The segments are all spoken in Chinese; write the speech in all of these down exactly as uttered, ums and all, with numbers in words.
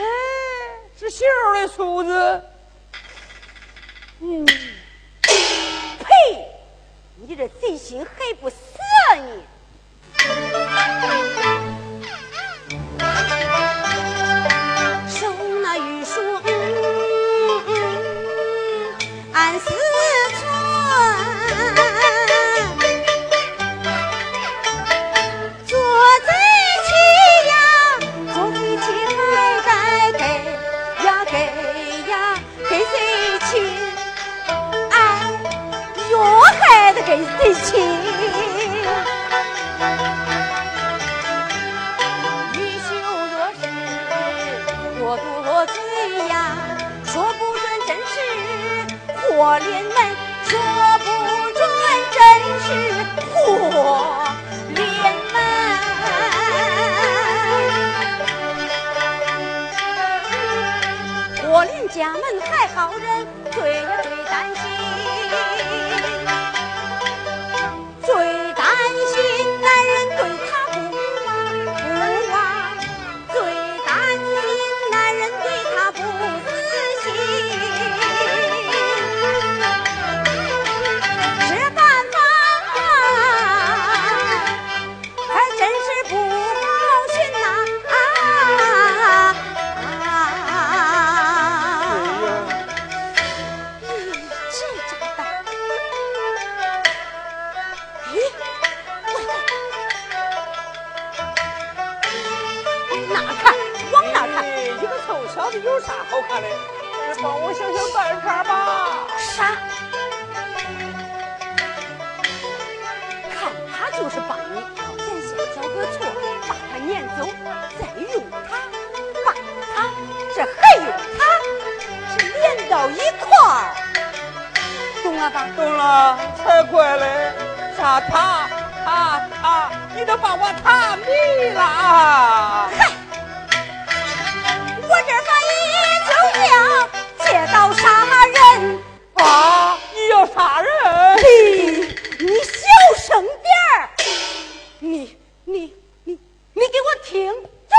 哎，是杏儿的梳子。 嗯，呸！你这贼心还不死啊你！手那玉树，嗯嗯，暗思忖，做贼气呀，做贼气还该给呀给呀给谁亲？哎，哟还得给谁亲？说不准真是火莲门，说不准真是火莲门。火莲家门还好人，最呀最担心，最担心男人对他不忘不忘，最担心男人对他不有啥好看的？帮我想想办法吧。 啥？看他就是帮你，咱先找个错，把他撵走，再用他，把他，这还用他，是连到一块儿，懂了吧？ 懂了，才怪嘞！啥他他他，你都把我他迷了啊！ 嗨！我这法医就要借刀杀人啊！你要杀人？ 你你小声点儿！你你你你给我听着！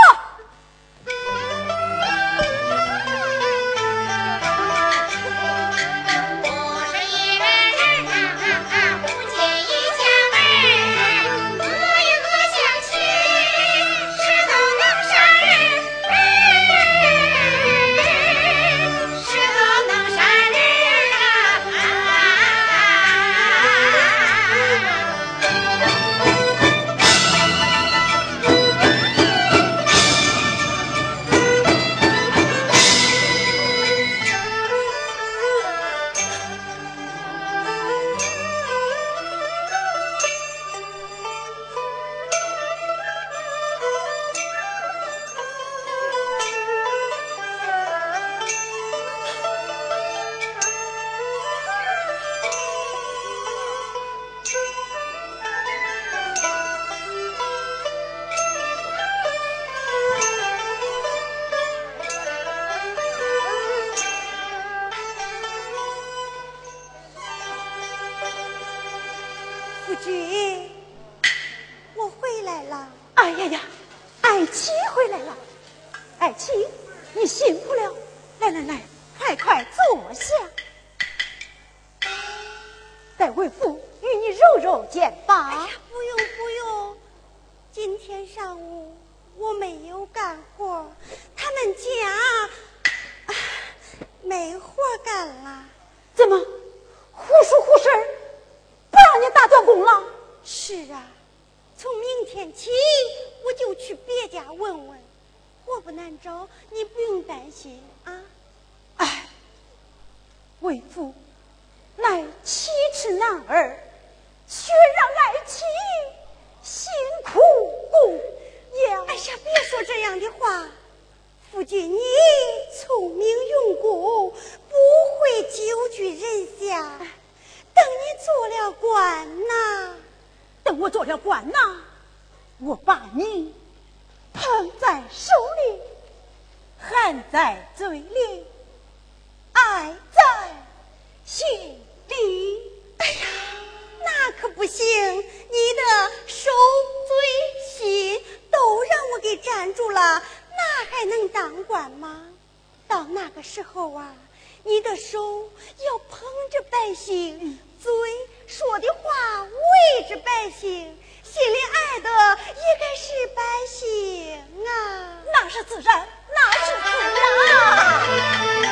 站住了，那还能当官吗？到那个时候啊，你的手要捧着百姓，嗯、嘴说的话围着百姓，心里爱的也该是百姓啊。 那是自然，那是自然。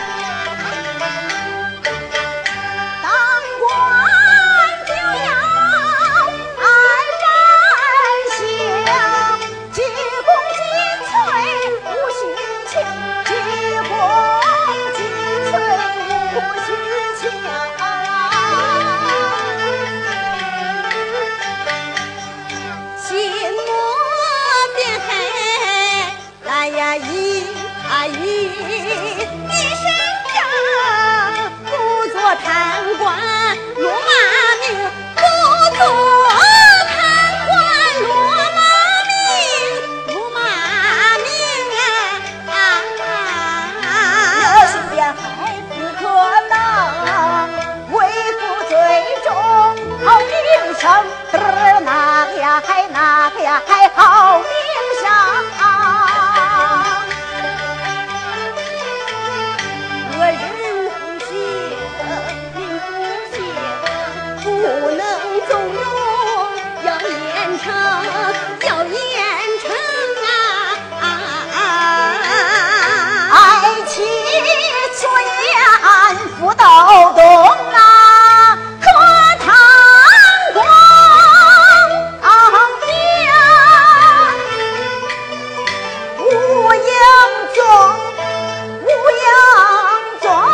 当官就要爱百姓，鞠躬尽瘁，无虚情。鞠躬尽瘁，无虚情。心莫变黑，来呀一啊一，一身正，不做贪官落马名，不做贪官落马名，落马名啊！有心变害不可能，为父最终好名声，那个呀还那个呀还好名声。恶人横行，民不行，不能纵容，要严惩，要严惩啊！爱妻所言不到动啊，可贪官命，无影踪，无影踪。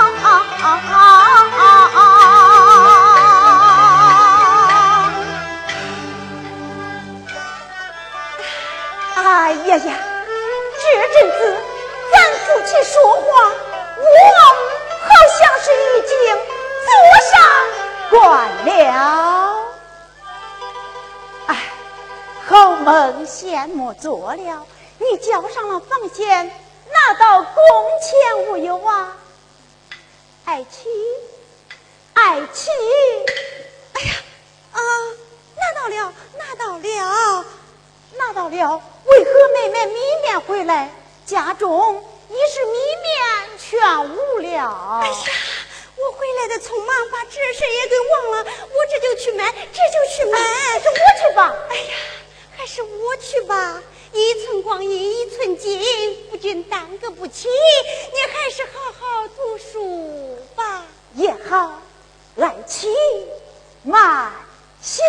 哎呀呀，这阵子咱夫妻说话，我好像是已经坐上官了。哎，好梦先莫做了，你交上了房钱，拿到工钱无忧啊。爱妻，爱妻， 哎呀，啊，拿到了，拿到了， 拿到了，为何妹妹米面回来，家中已是米面全无了？ 哎呀，我回来的匆忙，把这事也给忘了，我这就去买，这就去买。 还是我去吧。 哎呀，还是我去吧。一寸光阴一寸金，夫君耽搁不起，你还是好好读书吧。 也好，爱妻慢行。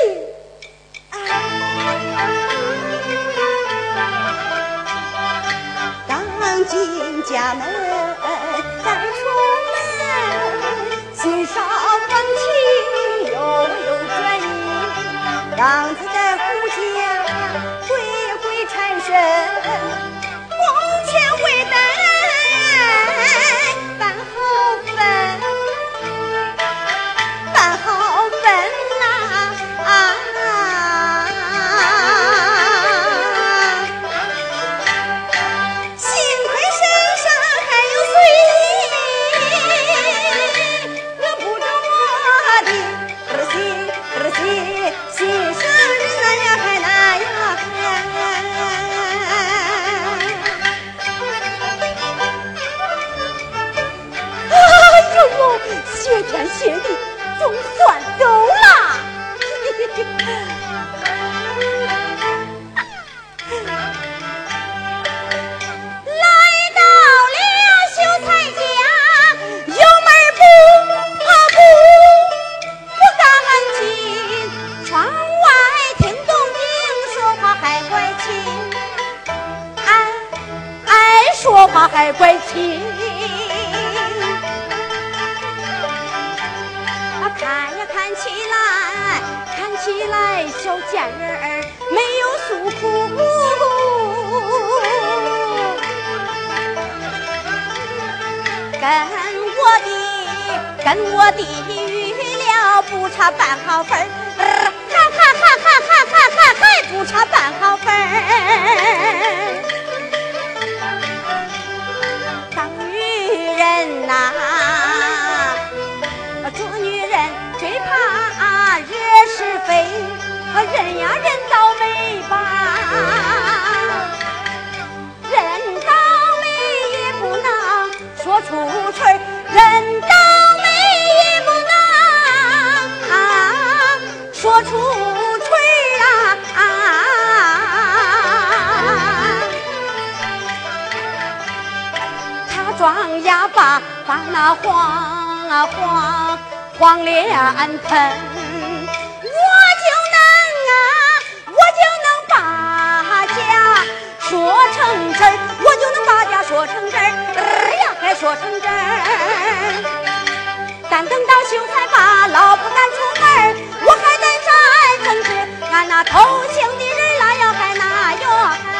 刚进家门再出门，心少风情悠悠转移，让自在胡家回回缠身，红钱回带办好分，办好分呐啊！ 谢天谢地，总算走了。 来到了秀才家，有门不不不敢进，窗外听动静，说话还怪亲，哎哎，说话还怪亲。 看呀看起来，看起来小贱人儿没有诉苦，跟我的跟我的预料不差半毫分儿，还还还还还还还还不差半毫分儿。当女人呐、做女人最怕惹是非，人呀人倒霉吧，人庄稼把把那黄啊黄黄连盆，我就能啊，我就能把家说成真儿，我就能把家说成真儿，呃呀，该说成真儿。但等到秀才把老婆赶出门，我还得再增值，俺那偷情的人啦要还那哟。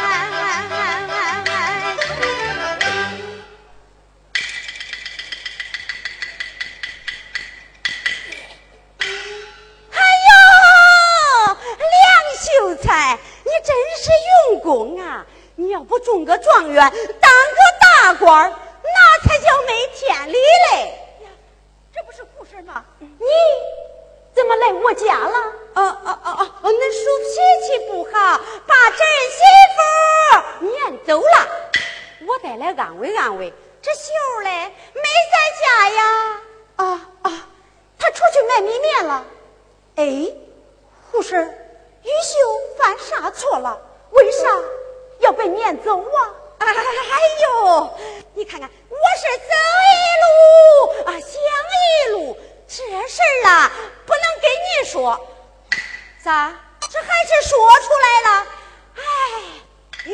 秀才，你真是用功啊！你要不中个状元，当个大官，那才叫没天理嘞！呀，这不是故事吗？你怎么来我家了？哦哦哦哦，恁叔脾气不好，把这媳妇撵走了。我得来安慰安慰。这秀儿嘞，没在家呀？啊啊，他出去卖米面了。哎，护士。于秀犯啥错了？为啥要被撵走啊？哎呦，你看看，我是走一路啊，想一路，这事儿啊，不能给你说。咋？这还是说出来了？哎，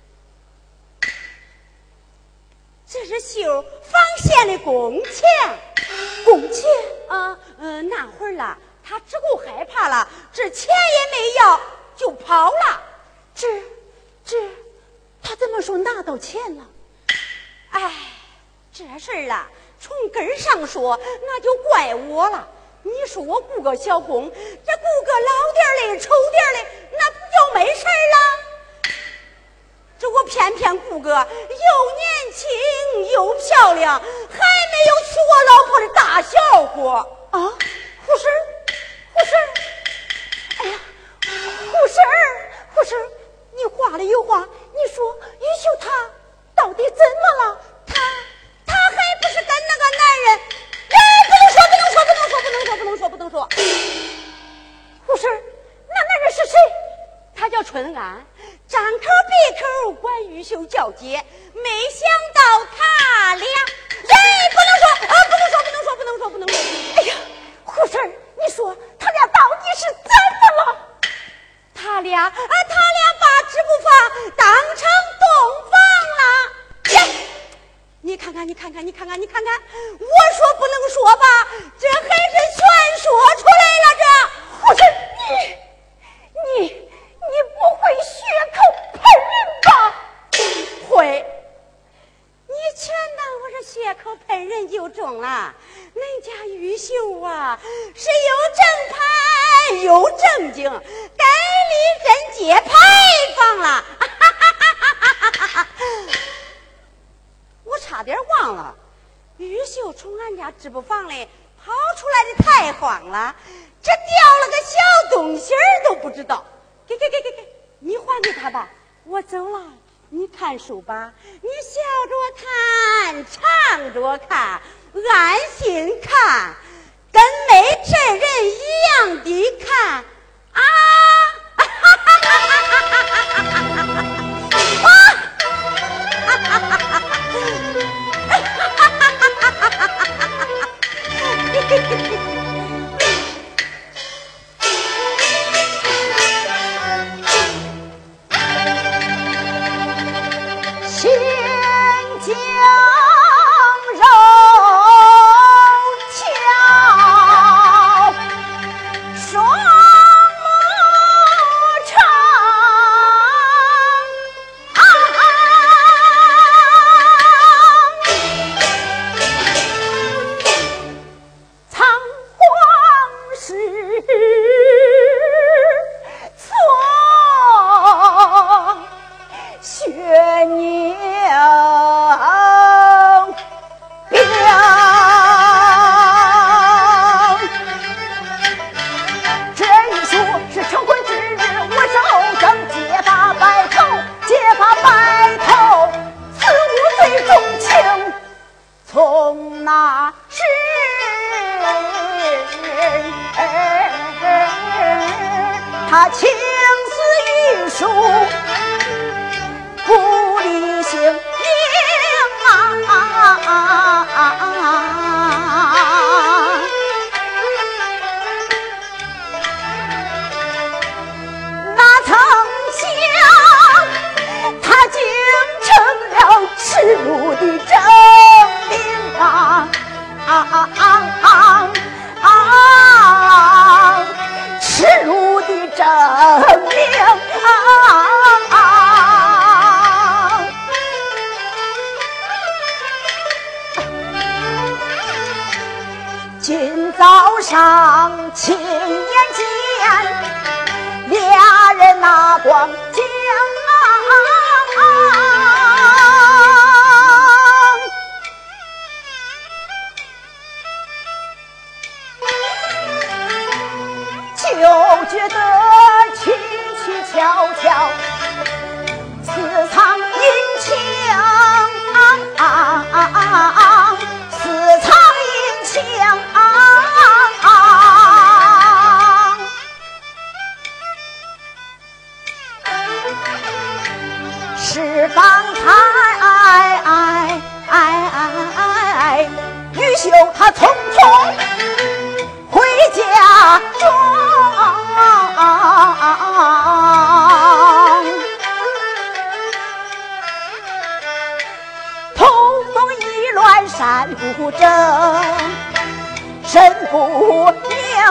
这是秀纺线的工钱，工钱啊，呃，那会儿了。他只顾害怕了，这钱也没要就跑了。这这他怎么说拿到钱了？哎，这事儿啊，从根儿上说，那就怪我了。你说我雇个小工，这雇个老点儿的、丑点儿的，那不就没事儿了？这我偏偏雇个又年轻又漂亮，还没有娶我老婆的大小伙啊！护士。护士，哎呀，护士儿，护士儿，你话里有话，你说于秀她到底怎么了？她，她还不是跟那个男人？哎，不能说，不能说，不能说，不能说，不能说，不能说。护士，那男人是谁？他叫春安，张口闭口管于秀叫姐，没想到他俩，哎，不能说啊，不能说，不能说，不能说，不能说。哎呀，护士，你说他俩到底是怎么了？他俩啊，他俩把支不房当成洞房了呀！你看看，你看看，你看看，你看看，我说不能说吧，这还是全说出来了。这护士，你你你不会血口喷人吧？会。你全当我是血口喷人就中了。恁家于秀啊，是又正派又正经，该立贞节牌坊了。我差点忘了，于秀从俺家织布房里跑出来的太慌了，这掉了个小东西儿都不知道。给给给给给，你还给他吧，我走了。你看书吧，你笑着看，唱着看，安心看，跟没这人一样的看啊！情丝玉树不离心， 上亲眼见，俩人那光景就觉得蹊蹊跷跷，似藏阴枪，似藏阴枪。是方才玉秀她匆匆回家中，通风一乱山不正，身不宁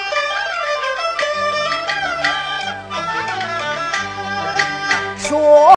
说